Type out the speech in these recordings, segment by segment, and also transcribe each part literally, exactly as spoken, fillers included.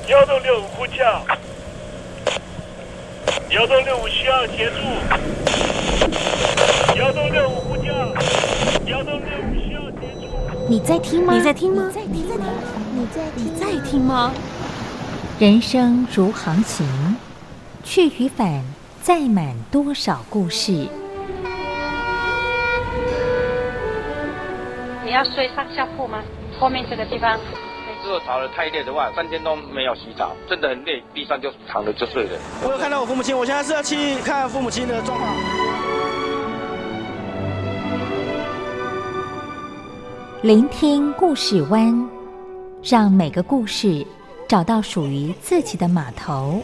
幺洞六五呼叫，幺洞六五需要协助，幺洞六五呼叫，幺洞六五需要协助。 你在听吗？ 你在听吗？ 你在听吗？ 你在你在听吗？ 人生如航行，去与返，载满多少故事。 你要睡上下铺吗？后面这个地方。 如果吵得太累的话，三天都没有洗澡，真的很累，地上就躺着就睡了。 我有看到我父母亲，我现在是要去看父母亲的状况。 聆听故事湾，让每个故事找到属于自己的码头。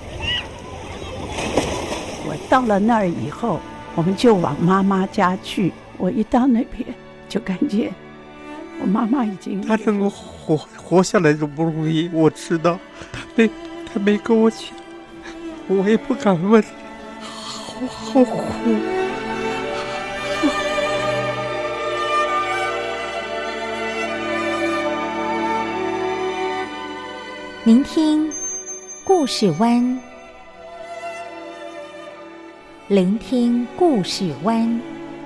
我到了那儿以后，我们就往妈妈家去。我一到那边，就感觉我妈妈已经， 她能够活活下来都不容易，我知道，她没她没跟我讲，我也不敢问，好好苦。 聆听故事湾，聆听故事湾。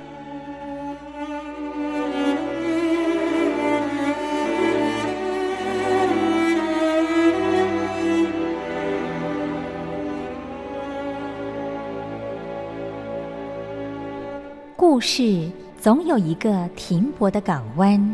故事总有一个停泊的港湾。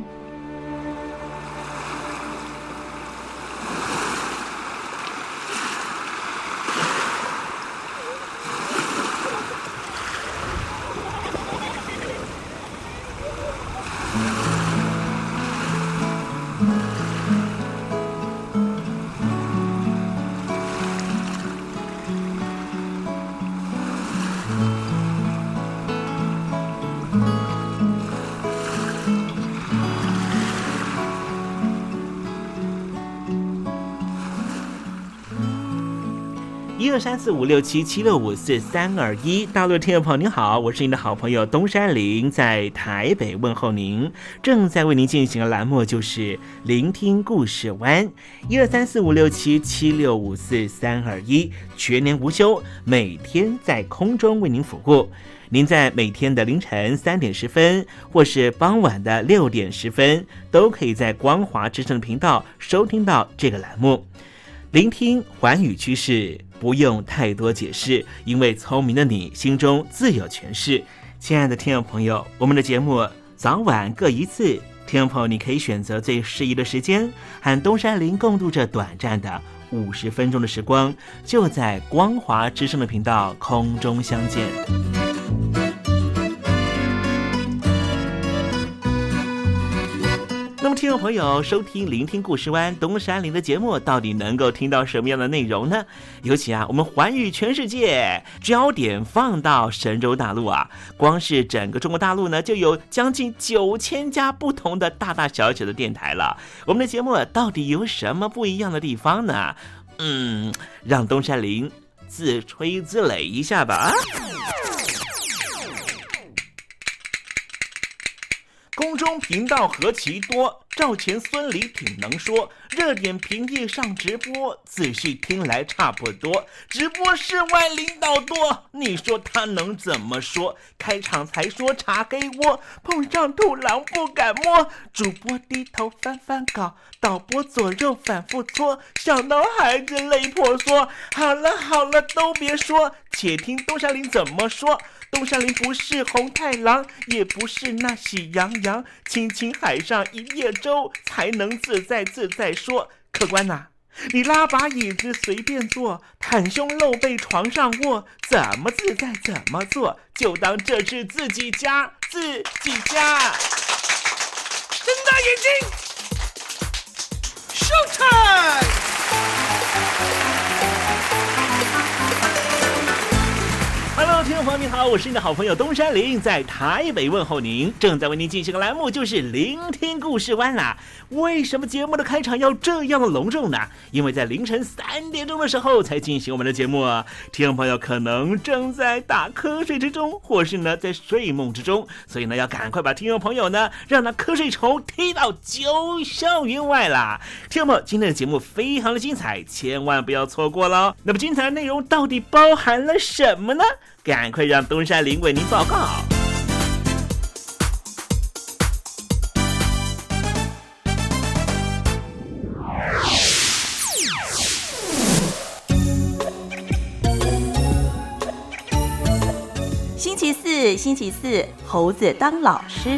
一二三四五六七七六五四三二一，大陆的听众朋友您好，我是您的好朋友东山林，在台北问候您。正在为您进行的栏目就是聆听故事湾，一二三四五六七七六五四三二一，全年无休，每天在空中为您服务。您在每天的凌晨三点十分，或是傍晚的六点十分，都可以在光华之声的频道收听到这个栏目。聆听寰宇趋势，不用太多解释，因为聪明的你心中自有诠释。亲爱的听众朋友，我们的节目早晚各一次，听众朋友你可以选择最适宜的时间，和东山林共度这短暂的五十分钟的时光，就在光华之声的频道空中相见。那么听众朋友收听聆听故事湾东山林的节目，到底能够听到什么样的内容呢？尤其啊，我们环宇全世界，焦点放到神州大陆啊，光是整个中国大陆呢，就有将近九千家不同的大大小小的电台了。我们的节目到底有什么不一样的地方呢？嗯，让东山林自吹自擂一下吧。空中频道何其多，赵钱孙李挺能说，热点评议上直播，仔细听来差不多。直播室外领导多，你说他能怎么说？开场才说查黑窝，碰上土狼不敢摸。主播低头翻翻稿，导播左右反复搓，想到孩子泪婆娑。好了好了，都别说，且听东山林怎么说。东山林不是红太狼，也不是那喜羊羊，亲亲海上一叶舟，才能自在自在说。客官呐、啊，你拉把椅子随便坐，袒胸露背床上卧，怎么自在怎么做，就当这是自己家，自己家。睁大眼睛 ，Showtime！Hello， 听众众朋友，你好，我是你的好朋友东山林，在台北问候您。正在为您进行的栏目就是聆听故事湾啦。为什么节目的开场要这样的隆重呢？因为在凌晨三点钟的时候才进行我们的节目啊。听众朋友可能正在打瞌睡之中，或是呢在睡梦之中，所以呢要赶快把听众朋友呢让那瞌睡虫踢到九霄云外啦。听众朋友，今天的节目非常的精彩，千万不要错过了。那么精彩的内容到底包含了什么呢？赶快让东山林为您报告。 星期四，星期四，猴子当老师。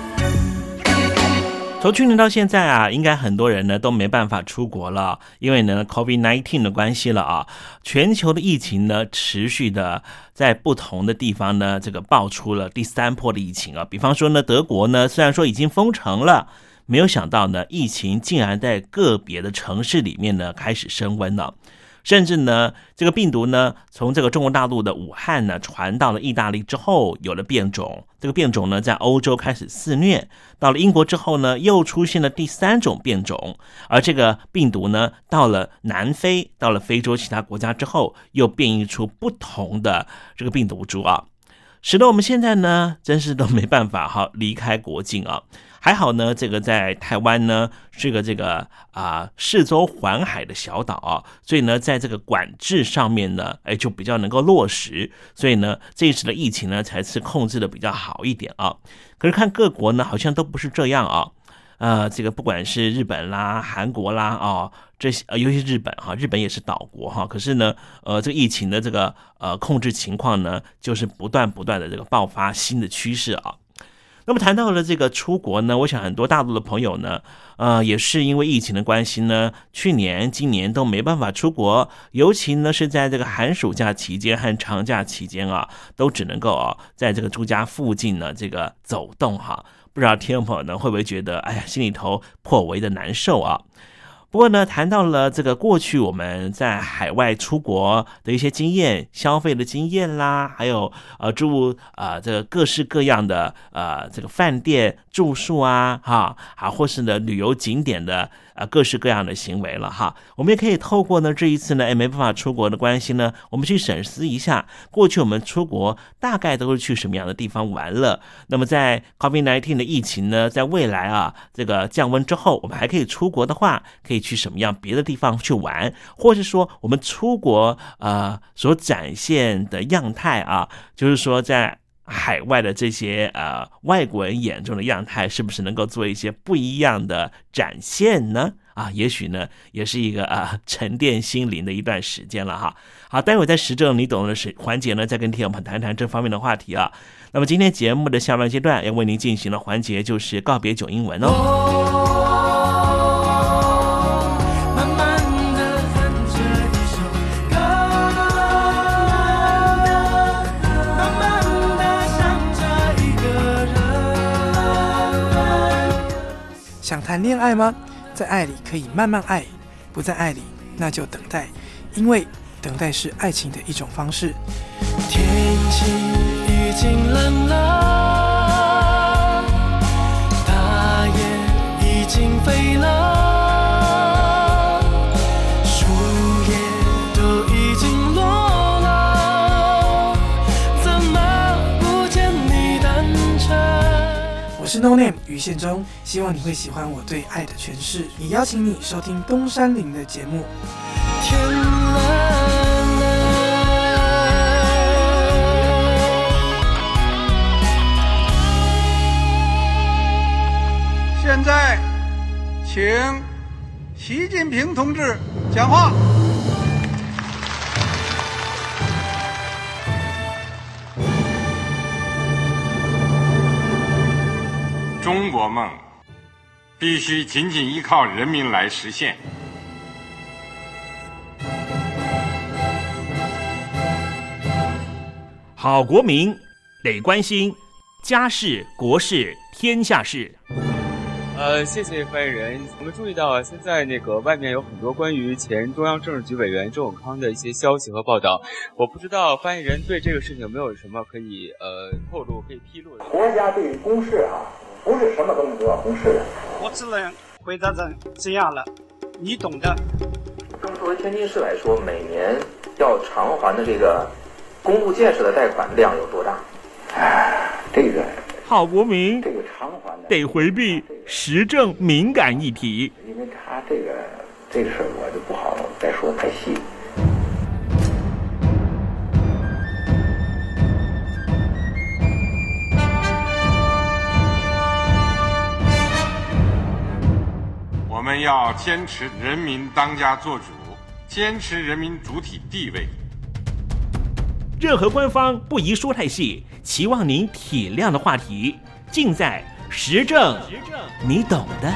从去年到现在啊，应该很多人呢都没办法出国了，因为呢 COVID 十九 的关系了啊，全球的疫情呢持续的在不同的地方呢这个爆出了第三波的疫情啊。比方说呢，德国呢虽然说已经封城了，没有想到呢疫情竟然在个别的城市里面呢开始升温了。甚至呢，这个病毒呢，从这个中国大陆的武汉呢传到了意大利之后，有了变种。这个变种呢，在欧洲开始肆虐，到了英国之后呢，又出现了第三种变种。而这个病毒呢，到了南非，到了非洲其他国家之后，又变异出不同的这个病毒株啊，使得我们现在呢，真是都没办法哈离开国境啊。还好呢，这个在台湾呢是个这个啊、呃、四周环海的小岛啊，所以呢在这个管制上面呢，哎就比较能够落实，所以呢这一次的疫情呢才是控制的比较好一点啊。可是看各国呢好像都不是这样啊，呃这个不管是日本啦、韩国啦啊，这些呃尤其是日本哈、啊，日本也是岛国哈、啊，可是呢呃这个疫情的这个呃控制情况呢，就是不断不断的这个爆发新的趋势啊。那么谈到了这个出国呢，我想很多大陆的朋友呢，呃，也是因为疫情的关系呢，去年、今年都没办法出国，尤其呢是在这个寒暑假期间和长假期间啊，都只能够啊，在这个住家附近呢这个走动哈。不知道听众朋友呢会不会觉得，哎呀，心里头颇为的难受啊？不过呢，谈到了这个过去我们在海外出国的一些经验、消费的经验啦，还有呃住啊、呃、这个各式各样的呃这个饭店住宿啊，哈啊，或是呢旅游景点的呃各式各样的行为了哈，我们也可以透过呢这一次呢哎没办法出国的关系呢，我们去审视一下过去我们出国大概都是去什么样的地方玩了。那么在 COVID 十九 的疫情呢，在未来啊这个降温之后，我们还可以出国的话，可以去什么样别的地方去玩，或是说我们出国呃所展现的样态啊，就是说在海外的这些呃外国人眼中的样态，是不是能够做一些不一样的展现呢？啊，也许呢也是一个啊、呃、沉淀心灵的一段时间了哈。好，待会在时政你懂的时环节呢，再跟听众们谈谈这方面的话题啊。那么今天节目的下半阶段要为您进行的环节就是告别九英文哦。 想谈恋爱吗？在爱里可以慢慢爱，不在爱里那就等待，因为等待是爱情的一种方式。天气已经冷了，大雁已经飞了，树叶都已经落了，怎么不见你单车？我是 No Name 于宪忠，希望你会喜欢我对爱的诠释，也邀请你收听东山林的节目。天蓝了， 现在请习近平同志讲话。 中国梦必须紧紧依靠人民来实现。 好国民得关心家事、国事、天下事。 呃，谢谢发言人。我们注意到啊，现在那个外面有很多关于前中央政治局委员周永康的一些消息和报道，我不知道发言人对这个事情有没有什么可以呃透露、可以披露的。 国家对于公示啊，不是什么东西都要公示的。 我只能回答成这样了，你懂的。 作为天津市来说，每年要偿还的这个公路建设的贷款量有多大？哎，这个郝国民这个偿还的得回避时政敏感议题， 因为他这个这个事儿我就不好再说太细。 我们要坚持人民当家作主，坚持人民主体地位。 任何官方不宜说太细，期望您体谅的话题，尽在时政，你懂的。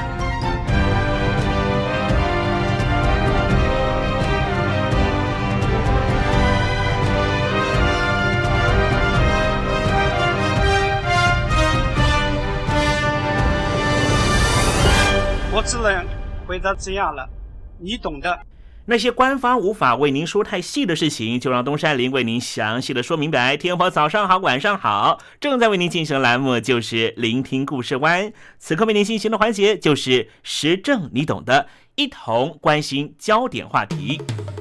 我只能回答这样了，你懂的。 那些官方无法为您说太细的事情，就让东山林为您详细的说明白。天婆早上好，晚上好，正在为您进行的栏目就是聆听故事湾，此刻为您进行的环节就是时政你懂的，一同关心焦点话题。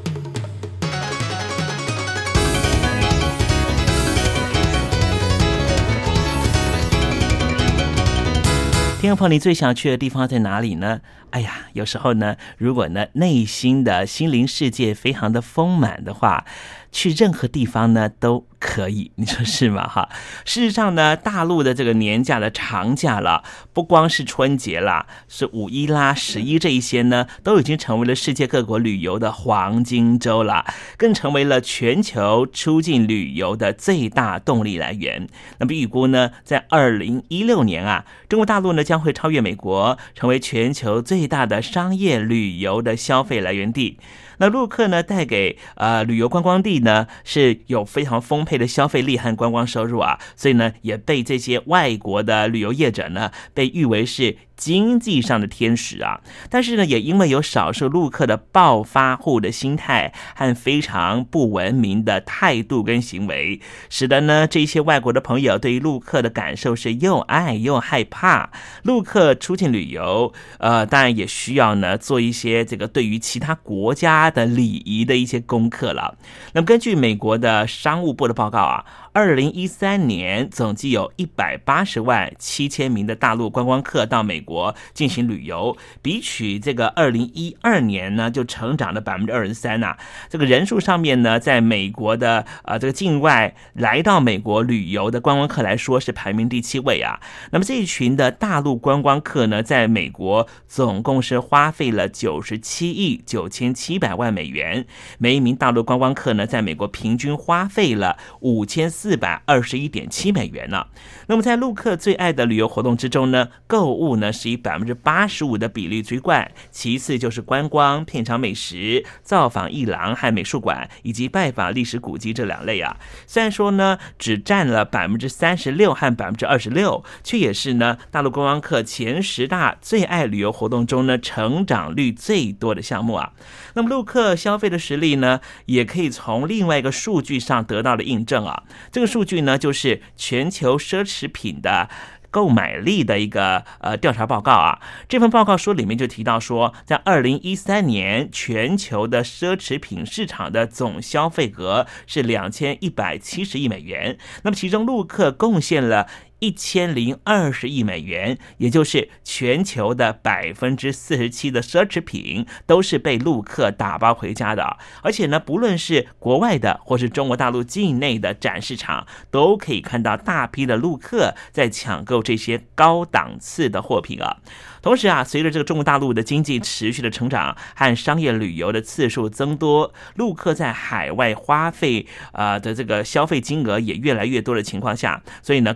天婆，你最想去的地方在哪里呢？哎呀，有时候呢，如果呢内心的心灵世界非常的丰满的话，去任何地方呢都可以，你说是吗？哈，事实上呢，大陆的这个年假的长假了，不光是春节啦，是五一啦、十一这一些呢，都已经成为了世界各国旅游的黄金周了，更成为了全球出境旅游的最大动力来源。那么预估呢，在二零一六年啊，中国大陆呢将会超越美国，成为全球最大的商业旅游的消费来源地。那陆客呢带给呃旅游观光地呢是有非常丰沛的消费力和观光收入啊，所以呢也被这些外国的旅游业者呢被誉为是经济上的天使啊。但是呢也因为有少数陆客的暴发户的心态和非常不文明的态度跟行为，使得呢这些外国的朋友对于陆客的感受是又爱又害怕。陆客出境旅游呃当然也需要呢做一些这个对于其他国家的礼仪的一些功课了。那么根据美国的商务部的报告啊，二零一三年总计有一百八十万七千名的大陆观光客到美国进行旅游，比起这个二零一二年呢就成长了百分之二十三呐。这个人数上面呢，在美国的呃这个境外来到美国旅游的观光客来说是排名第七位啊。那么这一群的大陆观光客呢，在美国总共是花费了九十七亿九千七百万美元，每一名大陆观光客呢，在美国平均花费了五千四百二十一点七美元呢。那么在陆客最爱的旅游活动之中呢，购物呢是以百分之八十五的比例居冠，其次就是观光、品尝美食、造访艺廊和美术馆，以及拜访历史古迹这两类啊。虽然说呢只占了百分之三十六和百分之二十六，却也是呢大陆观光客前十大最爱旅游活动中呢成长率最多的项目啊。那么陆客消费的实力呢，也可以从另外一个数据上得到了印证啊。这个数据呢，就是全球奢侈品的购买力的一个呃调查报告啊。这份报告书里面就提到说，在二零一三年全球的奢侈品市场的总消费额是两千一百七十亿美元，那么其中陆客贡献了一千零二十亿美元，也就是全球的百分之四十七的奢侈品都是被陆客打包回家的。而且呢，不论是国外的或是中国大陆境内的展示场，都可以看到大批的陆客在抢购这些高档次的货品啊。同时啊，随着这个中国大陆的经济持续的成长和商业旅游的次数增多，陆客在海外花费呃的这个消费金额也越来越多的情况下，所以呢，根据全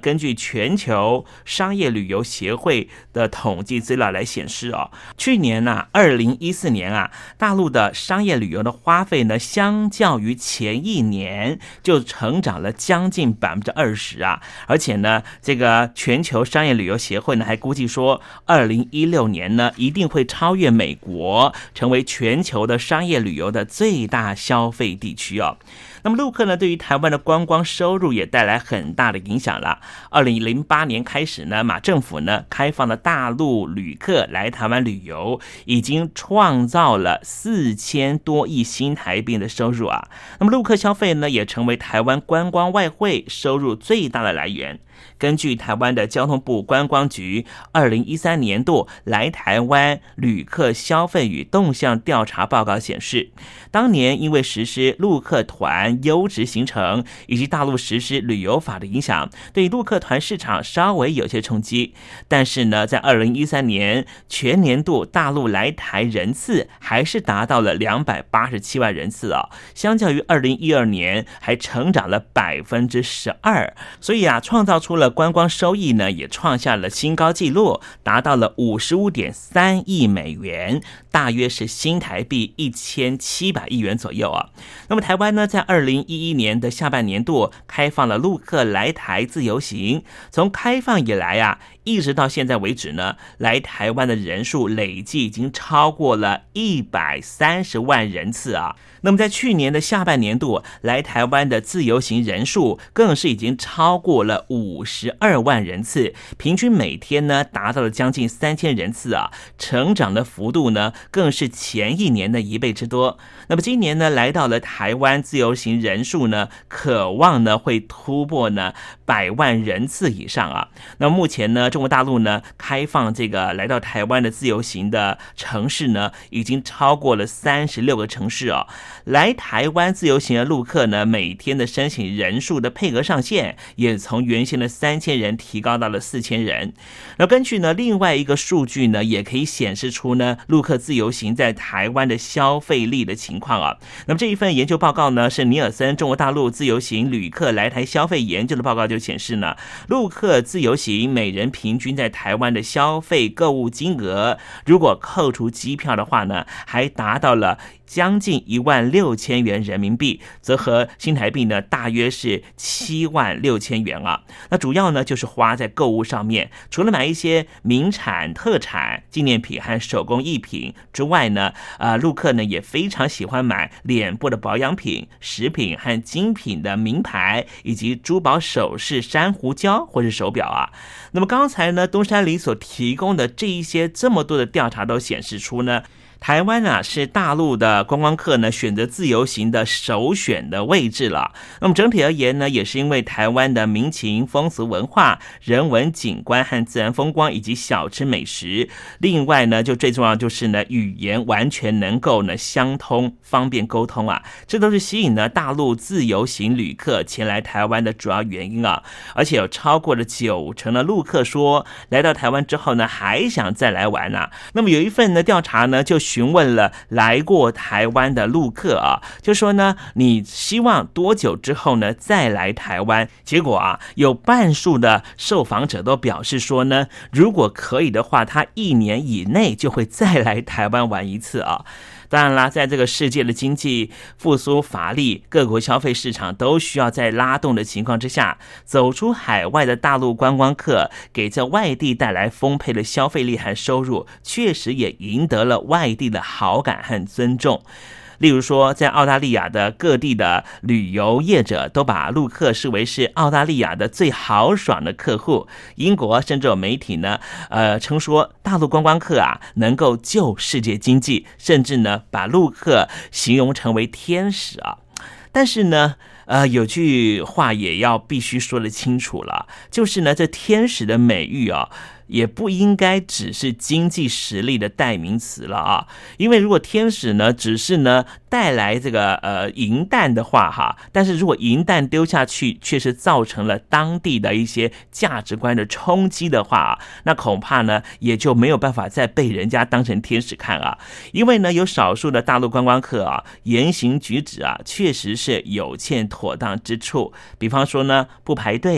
全球商业旅游协会的统计资料来显示哦，去年呢、啊，二零一四年啊，大陆的商业旅游的花费呢，相较于前一年就成长了将近百分之二十啊，而且呢，这个全球商业旅游协会呢还估计说，二零一六年呢一定会超越美国，成为全球的商业旅游的最大消费地区哦。那么陆客呢，对于台湾的观光收入也带来很大的影响了。二零零八年开始呢，马政府呢开放了大陆旅客来台湾旅游，已经创造了四千多亿新台币的收入啊。那么陆客消费呢，也成为台湾观光外汇收入最大的来源。根据台湾的交通部观光局二零一三年度来台湾旅客消费与动向调查报告显示，当年因为实施陆客团优质行程以及大陆实施旅游法的影响，对陆客团市场稍微有些冲击。但是呢，在二零一三年全年度大陆来台人次还是达到了两百八十七万人次啊，相较于二零一二年还成长了百分之十二。所以啊，创造出了观光收益呢，也创下了新高纪录，达到了五十五点三亿美元，大约是新台币一千七百亿元左右啊。那么台湾呢，在二零一一年的下半年度开放了陆客来台自由行，从开放以来啊，一直到现在为止呢，来台湾的人数累计已经超过了一百三十万人次啊。那么在去年的下半年度，来台湾的自由行人数更是已经超过了五十二万人次，平均每天呢达到了将近三千人次啊，成长的幅度呢更是前一年的一倍之多。那么今年呢，来到了台湾自由行人数呢，可望呢会突破呢百万人次以上啊。那目前呢，中国大陆呢开放这个来到台湾的自由行的城市呢，已经超过了三十六个城市哦。来台湾自由行的陆客呢，每天的申请人数的配额上限也从原先的三千人提高到了四千人。那根据呢另外一个数据呢，也可以显示出呢陆客自由行在台湾的消费力的情况啊。那么这一份研究报告呢，是尼尔森中国大陆自由行旅客来台消费研究的报告，就显示呢，陆客自由行每人平均在台湾的消费购物金额，如果扣除机票的话呢，还达到了将近一万六千元人民币，则和新台币呢大约是七万六千元啊。那主要呢就是花在购物上面，除了买一些名产、特产、纪念品和手工艺品之外呢，呃，陆客呢也非常喜欢买脸部的保养品、食品和精品的名牌，以及珠宝首饰、珊瑚礁或是手表啊。那么刚才呢，东山里所提供的这一些这么多的调查都显示出呢，台湾啊是大陆的观光客呢选择自由行的首选的位置了。那么整体而言呢，也是因为台湾的民情、风俗文化、人文景观和自然风光以及小吃美食。另外呢，就最重要就是呢，语言完全能够呢相通，方便沟通啊，这都是吸引呢大陆自由行旅客前来台湾的主要原因啊。而且有超过了九成的陆客说，来到台湾之后呢，还想再来玩啊。那么有一份呢调查呢，就询问了来过台湾的陆客啊，就说呢，你希望多久之后呢再来台湾？结果啊，有半数的受访者都表示说呢，如果可以的话，他一年以内就会再来台湾玩一次啊。当然啦，在这个世界的经济复苏乏力，各国消费市场都需要在拉动的情况之下，走出海外的大陆观光客给这外地带来丰沛的消费力和收入，确实也赢得了外地的好感和尊重。例如说，在澳大利亚的各地的旅游业者都把陆客视为是澳大利亚的最豪爽的客户。英国甚至有媒体呢，呃，称说大陆观光客啊能够救世界经济，甚至呢把陆客形容成为天使啊。但是呢，呃，有句话也要必须说得清楚了，就是呢，这天使的美誉啊，也不应该只是经济实力的代名词了啊，因为如果天使呢只是呢带来这个呃银弹的话哈，但是如果银弹丢下去却是造成了当地的一些价值观的冲击的话，那恐怕呢也就没有办法再被人家当成天使看啊，因为呢有少数的大陆观光客啊言行举止啊确实是有欠妥当之处，比方说呢不排队，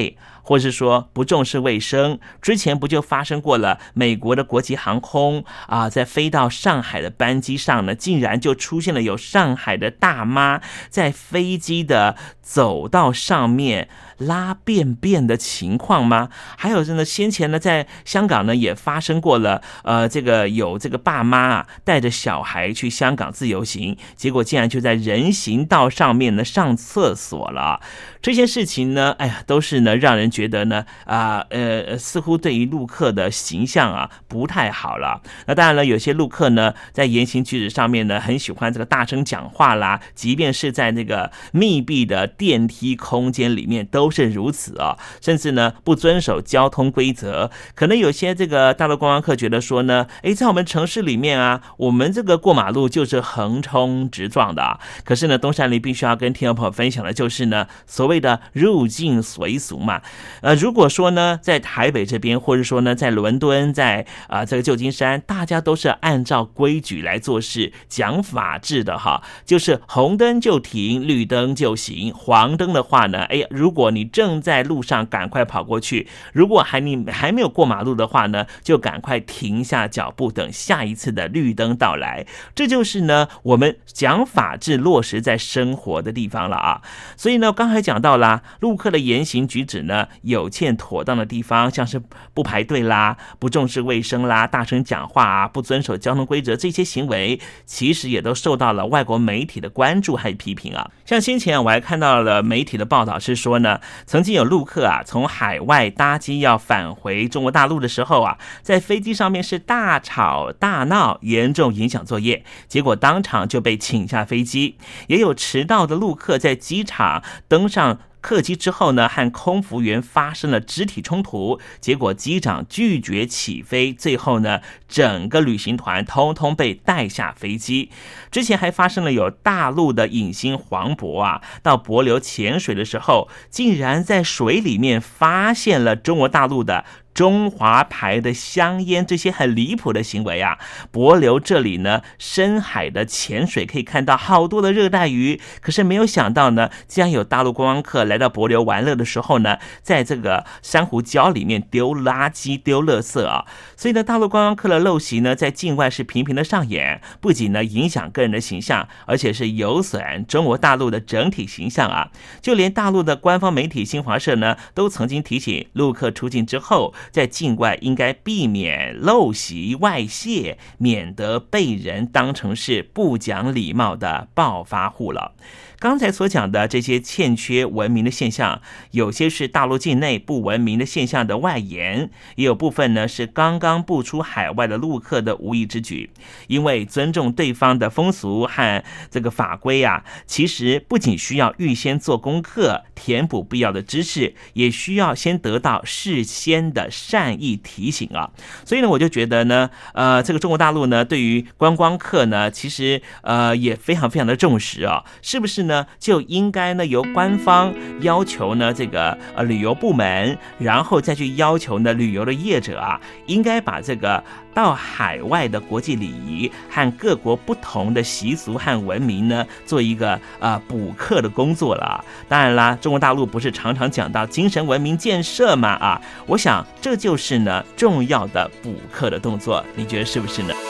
或是说不重视卫生。之前不就发生过了，美国的国际航空啊，在飞到上海的班机上呢，竟然就出现了有上海的大妈在飞机的走道上面拉便便的情况吗？还有呢，先前呢，在香港呢也发生过了，呃，这个有这个爸妈啊带着小孩去香港自由行，结果竟然就在人行道上面呢上厕所了。这些事情呢，哎呀，都是呢让人觉得呢啊呃似乎对于陆客的形象啊不太好了。那当然了，有些陆客呢在言行举止上面呢很喜欢这个大声讲话啦，即便是在那个密闭的电梯空间里面都是如此啊，甚至呢不遵守交通规则。可能有些这个大陆观光客觉得说呢，诶，在我们城市里面啊，我们这个过马路就是横冲直撞的啊。可是呢，东山林必须要跟听众朋友分享的就是呢，所谓的入境随俗嘛。呃，如果说呢，在台北这边，或者说呢，在伦敦，在啊、呃、这个旧金山，大家都是按照规矩来做事，讲法治的哈，就是红灯就停，绿灯就行。黄灯的话呢，哎，如果你正在路上，赶快跑过去；如果还你还没有过马路的话呢，就赶快停下脚步，等下一次的绿灯到来。这就是呢，我们讲法治落实在生活的地方了啊。所以呢，刚才讲到啦，陆客的言行举止呢，有欠妥当的地方，像是不排队啦、不重视卫生啦、大声讲话啊、不遵守交通规则，这些行为其实也都受到了外国媒体的关注还有批评啊。像先前啊，我还看到了媒体的报道是说呢，曾经有陆客啊从海外搭机要返回中国大陆的时候啊，在飞机上面是大吵大闹，严重影响作业，结果当场就被请下飞机。也有迟到的陆客在机场登上客机之后呢，和空服员发生了肢体冲突，结果机长拒绝起飞，最后呢，整个旅行团通通被带下飞机。之前还发生了有大陆的影星黄渤啊，到帛琉潜水的时候，竟然在水里面发现了中国大陆的中华牌的香烟，这些很离谱的行为啊！帛琉这里呢，深海的潜水可以看到好多的热带鱼，可是没有想到呢，竟然有大陆观光客来到帛琉玩乐的时候呢，在这个珊瑚礁里面丢垃圾、丢垃圾啊！所以呢，大陆观光客的陋习呢，在境外是频频的上演，不仅呢影响个人的形象，而且是有损中国大陆的整体形象啊！就连大陆的官方媒体新华社呢，都曾经提醒陆客出境之后，在境外应该避免陋习外泄，免得被人当成是不讲礼貌的暴发户了。刚才所讲的这些欠缺文明的现象，有些是大陆境内不文明的现象的外延，也有部分呢是刚刚步出海外的陆客的无意之举。因为尊重对方的风俗和这个法规啊，其实不仅需要预先做功课，填补必要的知识，也需要先得到事先的善意提醒啊。所以呢，我就觉得呢，呃，这个中国大陆呢，对于观光客呢，其实呃也非常非常的重视啊，是不是呢？就应该呢由官方要求呢这个呃旅游部门，然后再去要求呢旅游的业者啊，应该把这个到海外的国际礼仪和各国不同的习俗和文明呢，做一个呃补课的工作了。当然啦，中国大陆不是常常讲到精神文明建设嘛啊，我想这就是呢重要的补课的动作，你觉得是不是呢？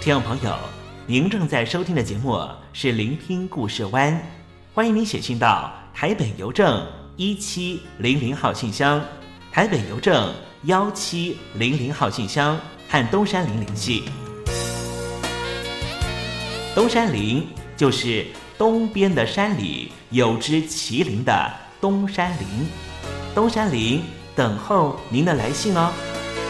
听众朋友，您正在收听的节目是聆听故事湾，欢迎您写信到台北邮政一七零零号信箱，台北邮政一七零零号信箱和东山林联系。东山林就是东边的山里有只麒麟的东山林，东山林等候您的来信哦。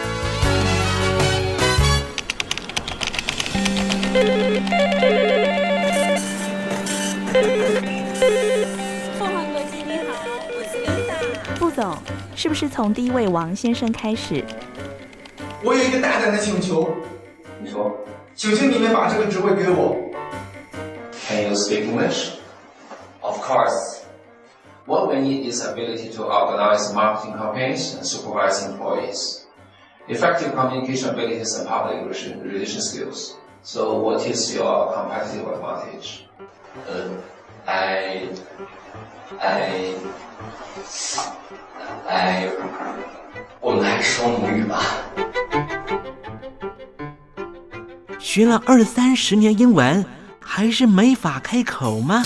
凤凰国际你好，我是琳达。 副总，是不是从第一位王先生开始？ 我有一个大胆的请求，你说，请求你们把这个职位给我。 Can you speak English? Of course. What we need is ability to organize marketing campaigns and supervise employees, effective communication abilities and public relation skills. So what is your competitive advantage? Uh, I, I, I, 我们还是说母语吧。 学了二三十年英文，还是没法开口吗？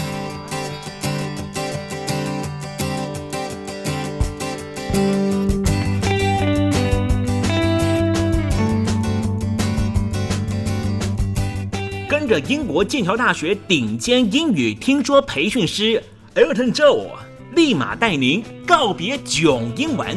跟着英国剑桥大学顶尖英语听说培训师 Elton Joe 立马带您告别囧英文。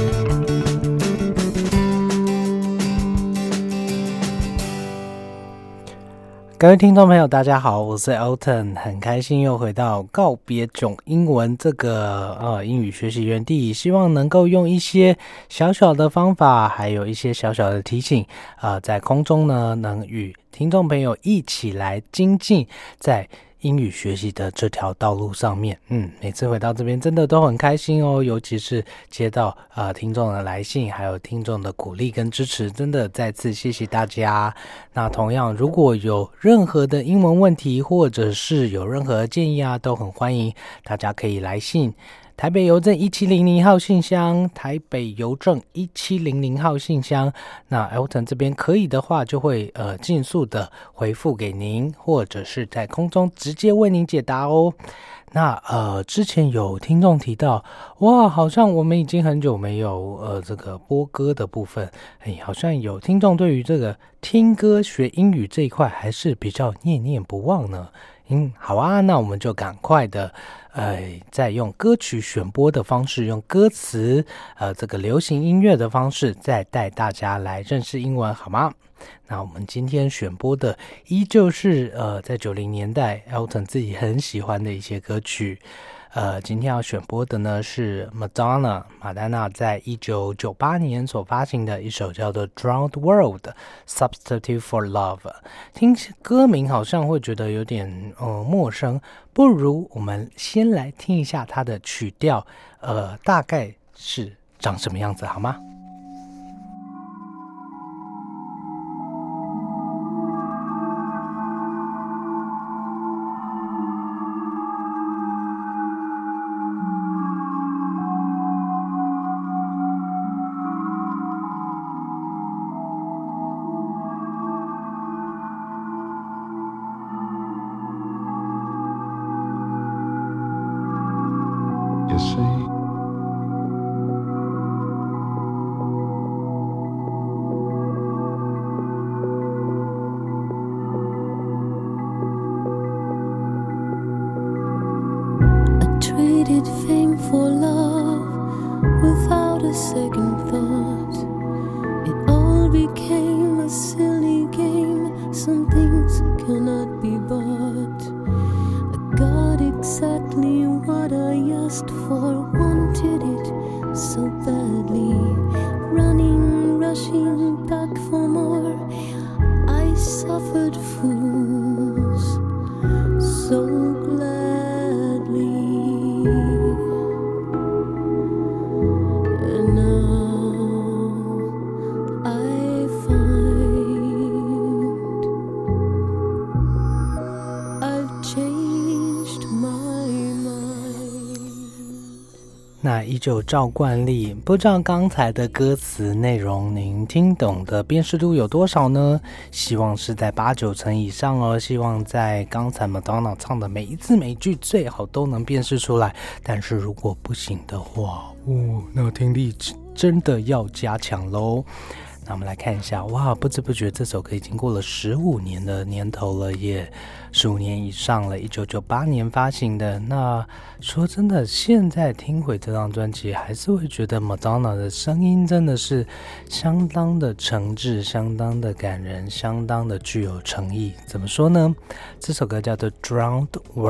各位听众朋友大家好，我是 Elton， 很开心又回到告别囧英文这个呃英语学习园地，希望能够用一些小小的方法，还有一些小小的提醒，呃，在空中呢能与听众朋友一起来精进在英语学习的这条道路上面。嗯，每次回到这边真的都很开心哦，尤其是接到呃听众的来信，还有听众的鼓励跟支持，真的再次谢谢大家。那同样如果有任何的英文问题，或者是有任何建议啊，都很欢迎大家可以来信台北邮政一七零零号信箱，台北邮政一七零零号信箱。那 Elton 这边可以的话，就会呃尽速的回复给您，或者是在空中直接为您解答哦。那呃，之前有听众提到，哇，好像我们已经很久没有呃这个播歌的部分，哎，好像有听众对于这个听歌学英语这一块还是比较念念不忘呢。嗯，好啊，那我们就赶快的，呃，再用歌曲选播的方式，用歌词，呃，这个流行音乐的方式，再带大家来认识英文，好吗？那我们今天选播的依旧是呃，在九零年代 Elton 自己很喜欢的一些歌曲。呃，今天要选播的呢是 Madonna 马丹娜在一九九八年所发行的一首叫做 Drowned World Substitute for Love。 听歌名好像会觉得有点呃陌生，不如我们先来听一下它的曲调，呃，大概是长什么样子好吗？ Fame for love without a second thought. It all became a silly game. Some things cannot be bought. I got exactly what I asked for, wanted it so badly. Running, rushing back for more. I suffered fools so gladly. 依旧照惯例，不知道刚才的歌词内容您听懂的辨识度有多少呢？希望是在八九成以上哦。希望在刚才 Madonna 唱的每一字每一句最好都能辨识出来。但是如果不行的话，哦，那听力真的要加强咯。那我们来看一下，哇，不知不觉这首歌已经过了十五年的年头了耶，十五年以上了，一九九八年发行的。那说真的，现在听回这张专辑，还是会觉得 Madonna 的声音真的是相当的诚挚，相当的感人，相当的具有诚意。怎么说呢？这首歌叫做 Drowned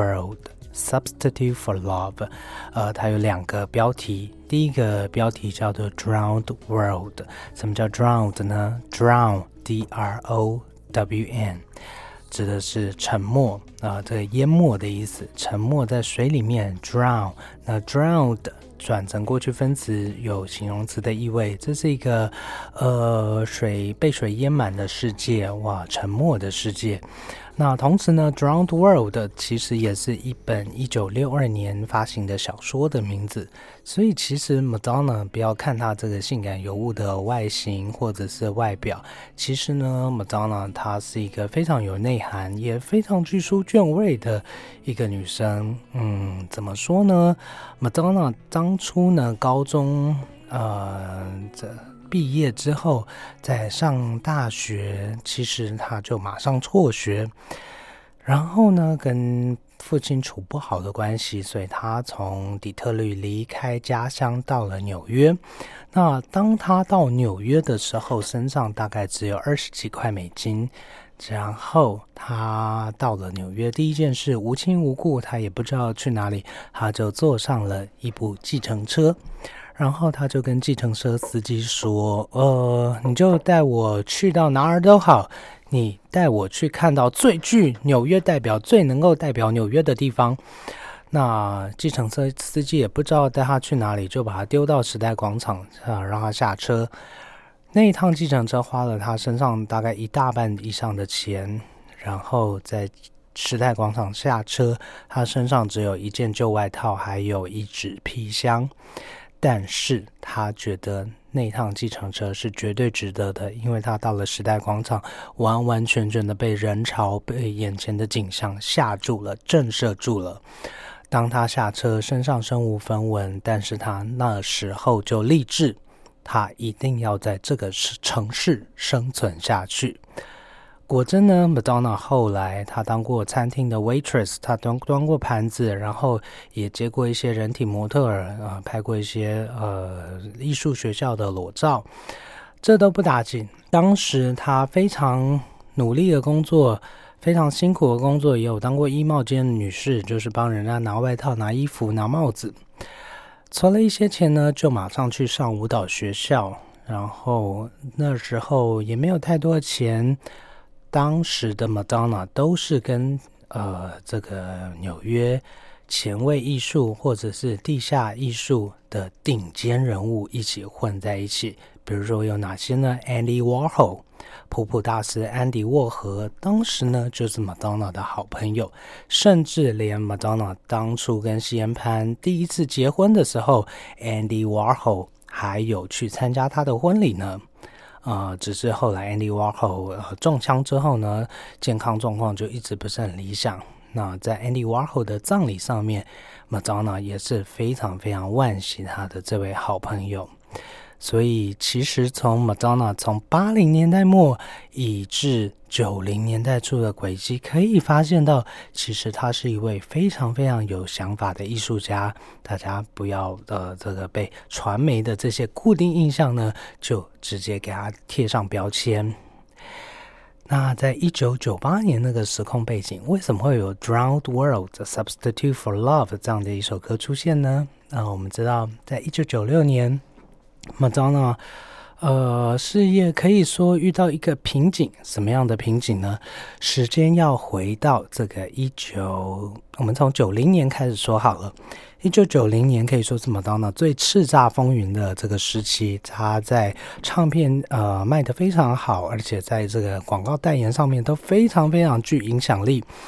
World。Substitute for Love， 呃，它有两个标题。第一个标题叫做 Drowned World。什么叫 Drowned 呢？ Drown D R O W N 指的是沉没啊、呃，这个淹没的意思，沉没在水里面 drown。那 drowned 转成过去分词有形容词的意味，这是一个呃水被水淹满的世界，哇，沉没的世界。那同时呢 Drowned World 其实也是一本一九六二年发行的小说的名字，所以其实 Madonna 不要看她这个性感尤物的外形或者是外表，其实呢 Madonna 她是一个非常有内涵也非常具书卷味的一个女生。嗯，怎么说呢？ Madonna 当初呢高中呃这毕业之后，在上大学，其实他就马上辍学，然后呢，跟父亲处不好的关系，所以他从底特律离开家乡，到了纽约。那当他到纽约的时候，身上大概只有二十几块美金。然后他到了纽约，第一件事无亲无故，他也不知道去哪里，他就坐上了一部计程车。然后他就跟计程车司机说，呃，你就带我去到哪儿都好，你带我去看到最具纽约代表、最能够代表纽约的地方。那计程车司机也不知道带他去哪里，就把他丢到时代广场啊，让他下车。那一趟计程车花了他身上大概一大半以上的钱，然后在时代广场下车，他身上只有一件旧外套，还有一纸皮箱。但是他觉得那趟计程车是绝对值得的，因为他到了时代广场，完完全全的被人潮、被眼前的景象吓住了，震慑住了。当他下车，身上身无分文，但是他那时候就立志，他一定要在这个城市生存下去。果真呢 Madonna 后来她当过餐厅的 waitress， 她端端过盘子，然后也接过一些人体模特儿、呃、拍过一些呃艺术学校的裸照，这都不打紧。当时她非常努力的工作，非常辛苦的工作，也有当过衣帽间的女士，就是帮人家拿外套、拿衣服、拿帽子。存了一些钱呢，就马上去上舞蹈学校，然后那时候也没有太多的钱。当时的 Madonna 都是跟呃这个纽约前卫艺术或者是地下艺术的顶尖人物一起混在一起。比如说有哪些呢？ Andy Warhol， 普普大师安迪沃荷，当时呢就是 Madonna 的好朋友，甚至连 Madonna 当初跟西恩潘第一次结婚的时候， Andy Warhol 还有去参加他的婚礼呢。呃，只是后来 Andy Warhol、呃、中枪之后呢，健康状况就一直不是很理想。那在 Andy Warhol 的葬礼上面， Madonna 也是非常非常惋惜他的这位好朋友。所以其实从 Madonna 从八零年代末以至九零年代初的轨迹，可以发现到其实他是一位非常非常有想法的艺术家。大家不要呃这个被传媒的这些固定印象呢，就直接给他贴上标签。那在一九九八年那个时空背景，为什么会有 Drowned World Substitute for Love 这样的一首歌出现呢？那我们知道在一九九六年Madonna 呃，事业可以说遇到一个瓶颈。什么样的瓶颈呢？时间要回到这个一九，我们从九零年开始说好了。一九九零年可以说是 Madonna 最叱咤风云的这个时期，她在唱片呃卖得非常好，而且在这个广告代言上面都非常非常具影响力。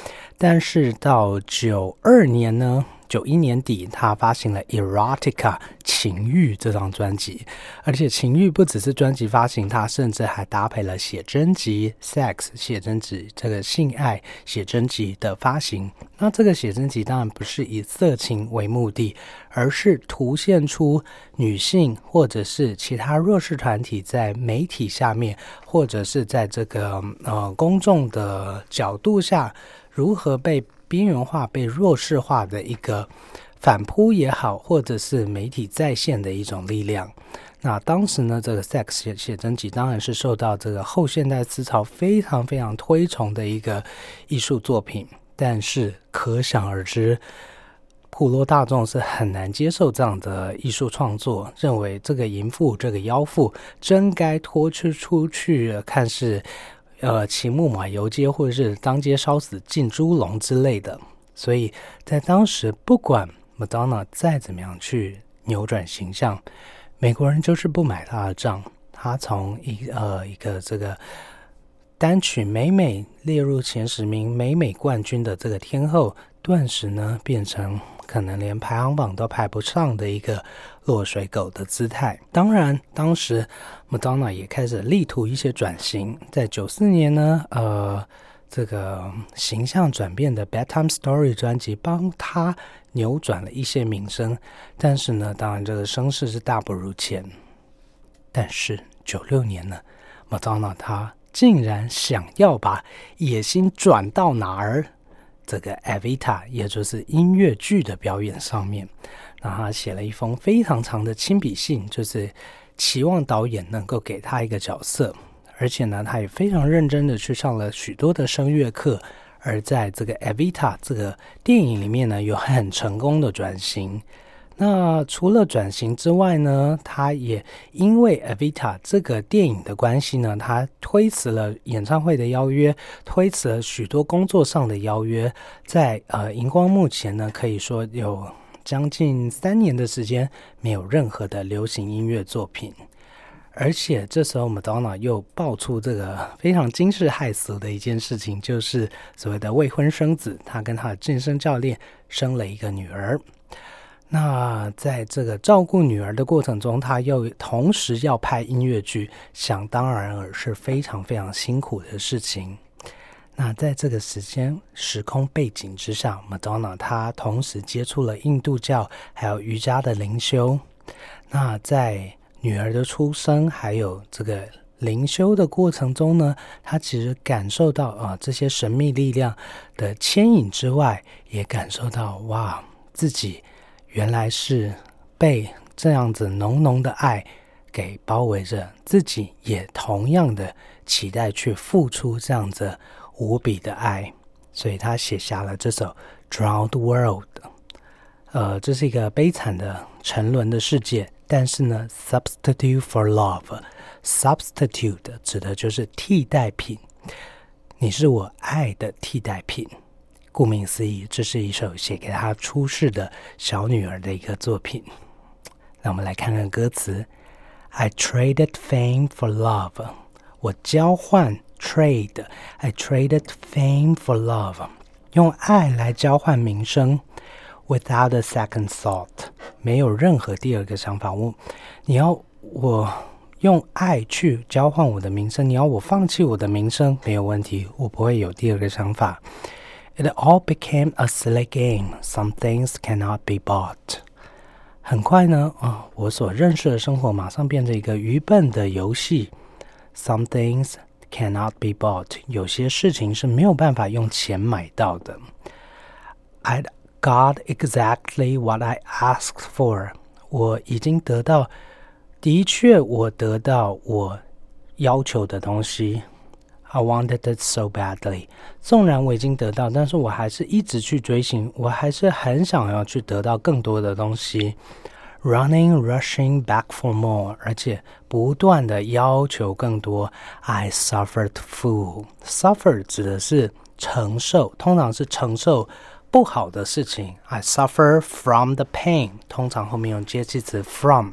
但是到九二年呢，九一年底，他发行了《Erotica》情欲这张专辑，而且情欲不只是专辑发行，他甚至还搭配了写真集 Sex 写真集，这个性爱写真集的发行。那这个写真集当然不是以色情为目的，而是凸现出女性或者是其他弱势团体在媒体下面，或者是在这个呃公众的角度下如何被边缘化、被弱势化的一个反扑也好，或者是媒体再现的一种力量。那当时呢，这个 Sex 写真集当然是受到这个后现代思潮非常非常推崇的一个艺术作品，但是可想而知，普罗大众是很难接受这样的艺术创作，认为这个淫妇、这个妖妇真该拖出出去，看是呃，骑木马游街，或者是当街烧死进猪笼之类的。所以在当时，不管 Madonna 再怎么样去扭转形象，美国人就是不买她的账。她从一呃一个这个单曲每每列入前十名、美美冠军的这个天后，顿时呢变成可能连排行榜都排不上的一个落水狗的姿态。当然当时 Madonna 也开始力图一些转型，在九四年呢呃，这个形象转变的 Bedtime Story 专辑帮她扭转了一些名声，但是呢当然这个声势是大不如前。但是九六年呢 Madonna 她竟然想要把野心转到哪儿？这个 Evita 也就是音乐剧的表演上面，那他写了一封非常长的亲笔信，就是期望导演能够给他一个角色，而且呢他也非常认真的去上了许多的声乐课，而在这个 Evita 这个电影里面呢有很成功的转型。那除了转型之外呢，他也因为 Evita 这个电影的关系呢，他推辞了演唱会的邀约，推辞了许多工作上的邀约，在呃荧光幕前呢，可以说有将近三年的时间没有任何的流行音乐作品。而且这时候 Madonna 又爆出这个非常惊世骇俗的一件事情，就是所谓的未婚生子，她跟她的健身教练生了一个女儿。那在这个照顾女儿的过程中，他又同时要拍音乐剧，想当然尔是非常非常辛苦的事情。那在这个时间时空背景之下， Madonna 她同时接触了印度教还有瑜伽的灵修。那在女儿的出生还有这个灵修的过程中呢，她其实感受到啊、呃、这些神秘力量的牵引之外，也感受到哇自己原来是被这样子浓浓的爱给包围着，自己也同样的期待去付出这样子无比的爱，所以他写下了这首 Drowned World。 呃，这是一个悲惨的沉沦的世界，但是呢 Substitute for Love， Substitute 指的就是替代品，你是我爱的替代品。顾名思义，这是一首写给她出世的小女儿的一个作品。那我们来看看歌词。 I traded fame for love， 我交换 trade I traded fame for love， 用爱来交换名声。 Without a second thought， 没有任何第二个想法。我你要我用爱去交换我的名声，你要我放弃我的名声，没有问题，我不会有第二个想法。It all became a silly game. Some things cannot be bought. 很快呢、哦、我所认识的生活马上变成一个愚笨的游戏。Some things cannot be bought. 有些事情是没有办法用钱买到的。I got exactly what I asked for. 我已经得到，的确我得到我要求的东西。I wanted it so badly. 纵然我已经得到，但是我还是一直去追寻，我还是很想要去得到更多的东西。Running, rushing back for more. 而且不断的要求更多。I suffered fool. Suffer 指的是承受，通常是承受不好的事情。I suffer from the pain. 通常后面用介系词 from.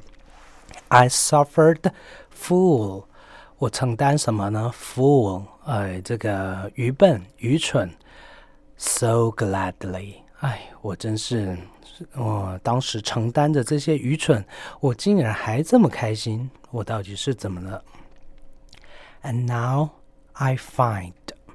I suffered fool.我承担什么呢 ？Fool， 呃，这个愚笨、愚蠢。 so gladly。 哎，我真是我当时承担着这些愚蠢，我竟然还这么开心，我到底是怎么了？ And now I find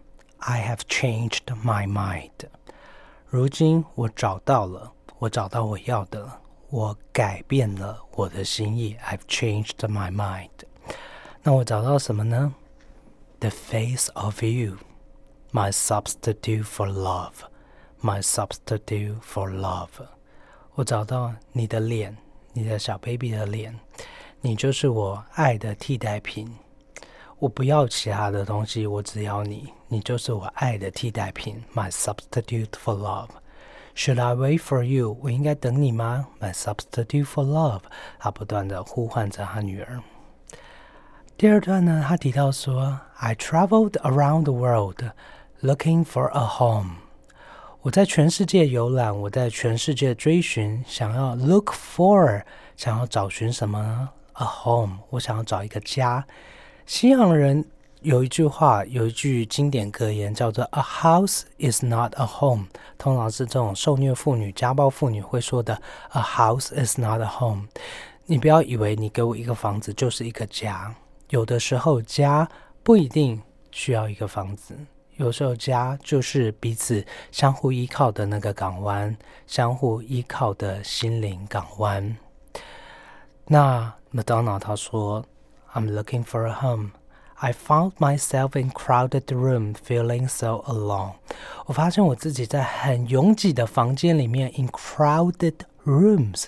I have changed my mind。 如今我找到了，我找到我要的了，我改变了我的心意。 I've changed my mind。 那我找到什么呢？ The face of you, my substitute for love, my substitute for love。 我找到你的脸，你的小 baby 的脸，你就是我爱的替代品。我不要其他的东西，我只要你，你就是我爱的替代品。 My substitute for love。 Should I wait for you？ 我应该等你吗？ My substitute for love。 他不断的呼唤着他女儿。第二段呢，他提到说 I traveled around the world looking for a home。 我在全世界游览，我在全世界追寻，想要 look for， 想要找寻什么呢？ A home， 我想要找一个家。西洋人有一句话，有一句经典格言叫做 A house is not a home。 通常是这种受虐妇女、家暴妇女会说的 A house is not a home。 你不要以为你给我一个房子就是一个家，有的时候家不一定需要一个房子，有时候家就是彼此相互依靠的那个港湾，相互依靠的心灵港湾。那麦当劳他说I'm looking for a home. I found myself in crowded room feeling so alone. 我发现我自己在很拥挤的房间里面 in crowded rooms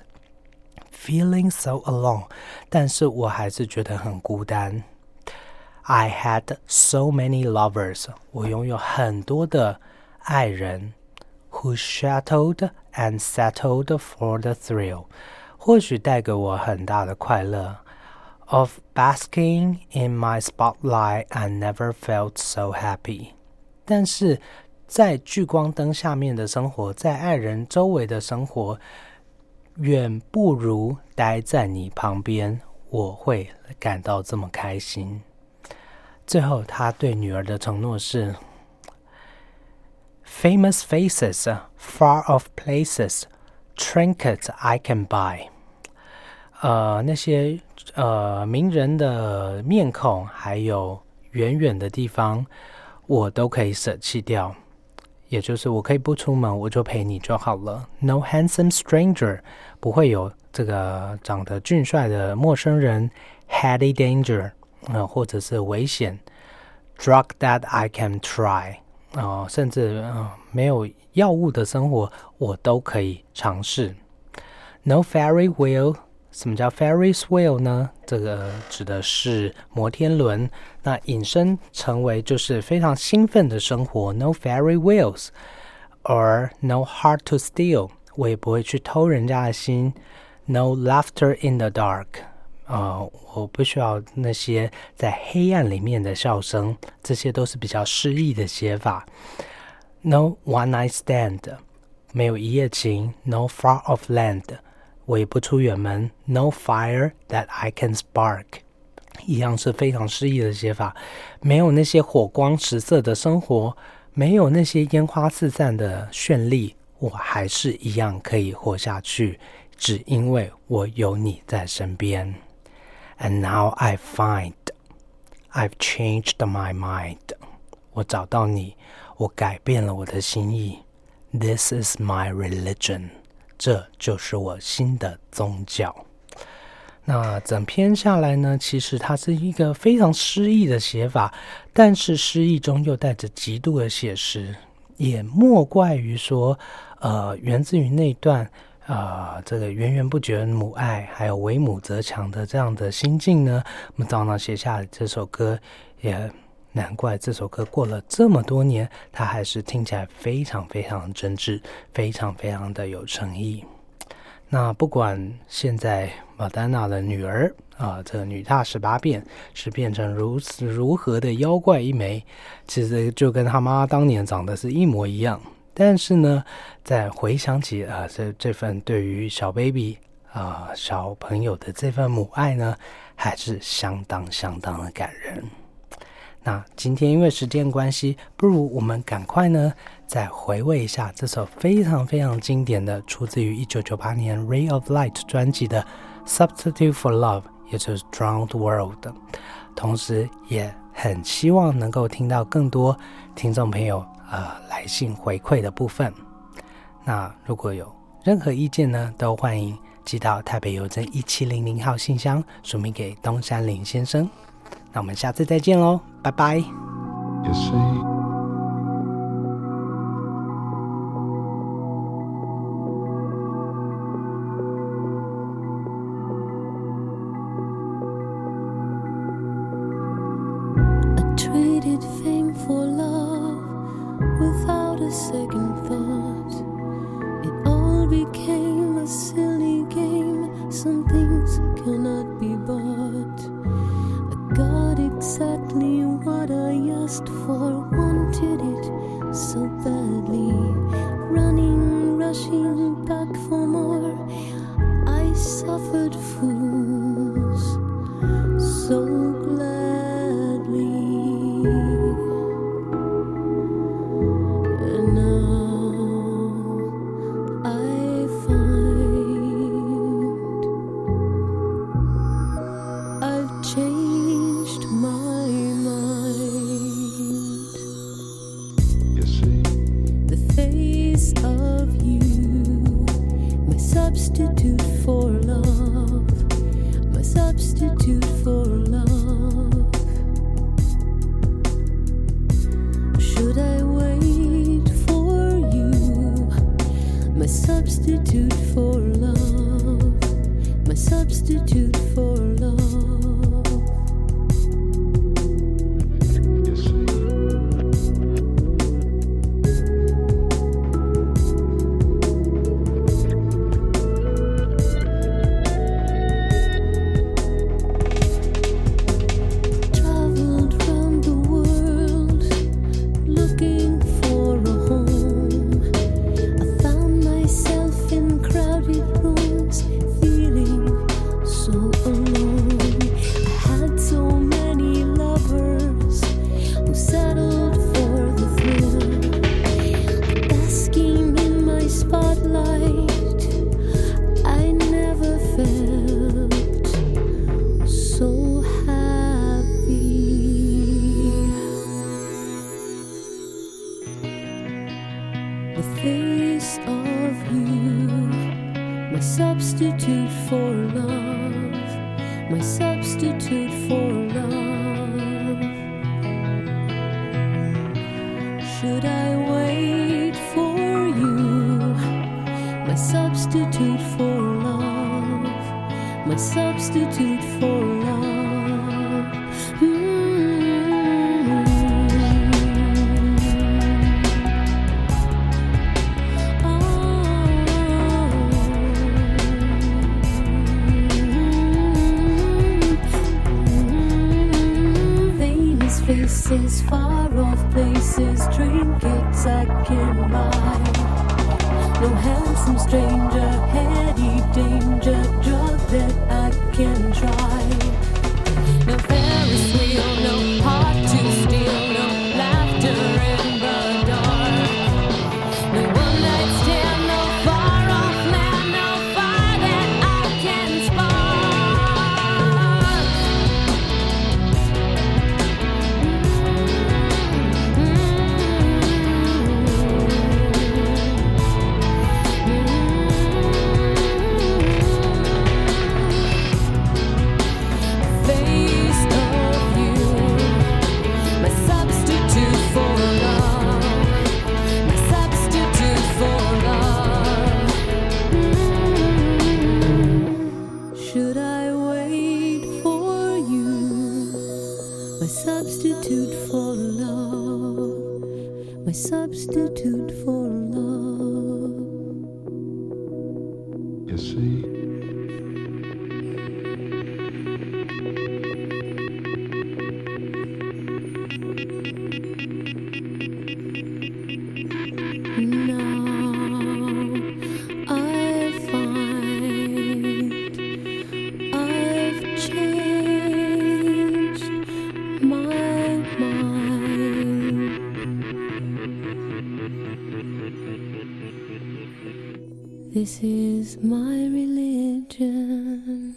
feeling so alone. 但是我还是觉得很孤单。I had so many lovers. 我拥有很多的爱人 who shuttled and settled for the thrill. 或许带给我很大的快乐。Of basking in my spotlight, I never felt so happy. 但是在聚光灯下面的生活，在爱人周围的生活，远不如待在你旁边，我会感到这么开心。最后他对女儿的承诺是 Famous faces, far off places, trinkets I can buy. 呃，那些呃名人的面孔，还有远远的地方，我都可以舍弃掉。也就是我可以不出门，我就陪你就好了。No handsome stranger， 不会有这个长得俊帅的陌生人。Heady danger， 呃，或者是危险。Drug that I can try， 呃，甚至呃没有药物的生活，我都可以尝试。No fairy wheel。什么叫 Ferris wheel 呢？这个指的是摩天轮。那引申成为就是非常兴奋的生活。No fairy wheels or no heart to steal， 我也不会去偷人家的心。No laughter in the dark， 呃，我不需要那些在黑暗里面的笑声，这些都是比较诗意的写法。No one night stand， 没有一夜情。No far off land，我也不出远门。 No fire that I can spark， 一样是非常诗意的写法。没有那些火光十色的生活，没有那些烟花四散的绚丽，我还是一样可以活下去，只因为我有你在身边。 And now I find I've changed my mind， 我找到你，我改变了我的心意。 This is my religion，这就是我新的宗教。那整篇下来呢，其实它是一个非常诗意的写法，但是诗意中又带着极度的写实，也莫怪于说呃，源自于那段呃，这个源源不绝的母爱，还有为母则强的这样的心境呢，我们早上写下这首歌，也难怪这首歌过了这么多年，它还是听起来非常非常真挚，非常非常的有诚意。那不管现在马丹娜的女儿啊，这个女大十八变是变成如此如何的妖怪一枚，其实就跟她妈当年长得是一模一样。但是呢，在回想起啊这这份对于小 baby 啊小朋友的这份母爱呢，还是相当相当的感人。 那今天因为时间关系，不如我们赶快呢再回味一下这首非常非常经典的，出自于一九九八年 Ray of Light 专辑的 Substitute for Love， 也就是 Drowned World。 同时也很希望能够听到更多听众朋友呃来信回馈的部分。那如果有任何意见呢，都欢迎寄到台北邮政一七零零号信箱，署名给东山林先生。那我们下次再见咯，拜拜。 You see, I traded fame for love without a second thought. It all became a silly game. Some things cannot be bought. I got exactly what I asked for, wanted it so badly. Running, rushing back for more. I suffered fools so gladly. And now I find I've changed my mind. you see, The face of you, my substitute for love, my substitute for love. Should I wait for you, my substitute for love, my substitute for love? you see. Traveled round the world looking for a home. I found myself in crowded rooms, feeling so alone. I had so many lovers who settled for the thrill, basking in my spotlight. I never felt so happy. The face of you, my substitute for love, my substitute for love. Should I wait for you, my substitute for love, my substitute for love? Mm. Famous faces, far off places, trinkets I can buy. No handsome stranger, heady danger, drug that I can try. No Ferris wheel, no heart to steal, no laughter in the dark. No one night stand, no far off land, no fire that I can face of you, my substitute for love, my substitute for love. Mm. Should I wait for you, my substitute for love, my substitute for love? You see, I've changed my mind. This is my religion.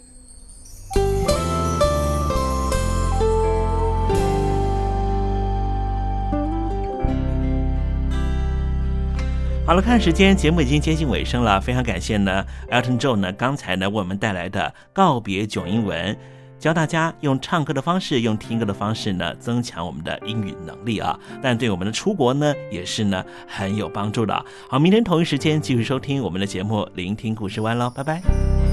好了，看时间，节目已经接近尾声了，非常感谢呢 Elton John 呢刚才呢为我们带来的告别囧英文，教大家用唱歌的方式，用听歌的方式呢增强我们的英语能力啊，但对我们的出国呢也是呢很有帮助的。好，明天同一时间继续收听我们的节目，聆听故事湾喽，拜拜。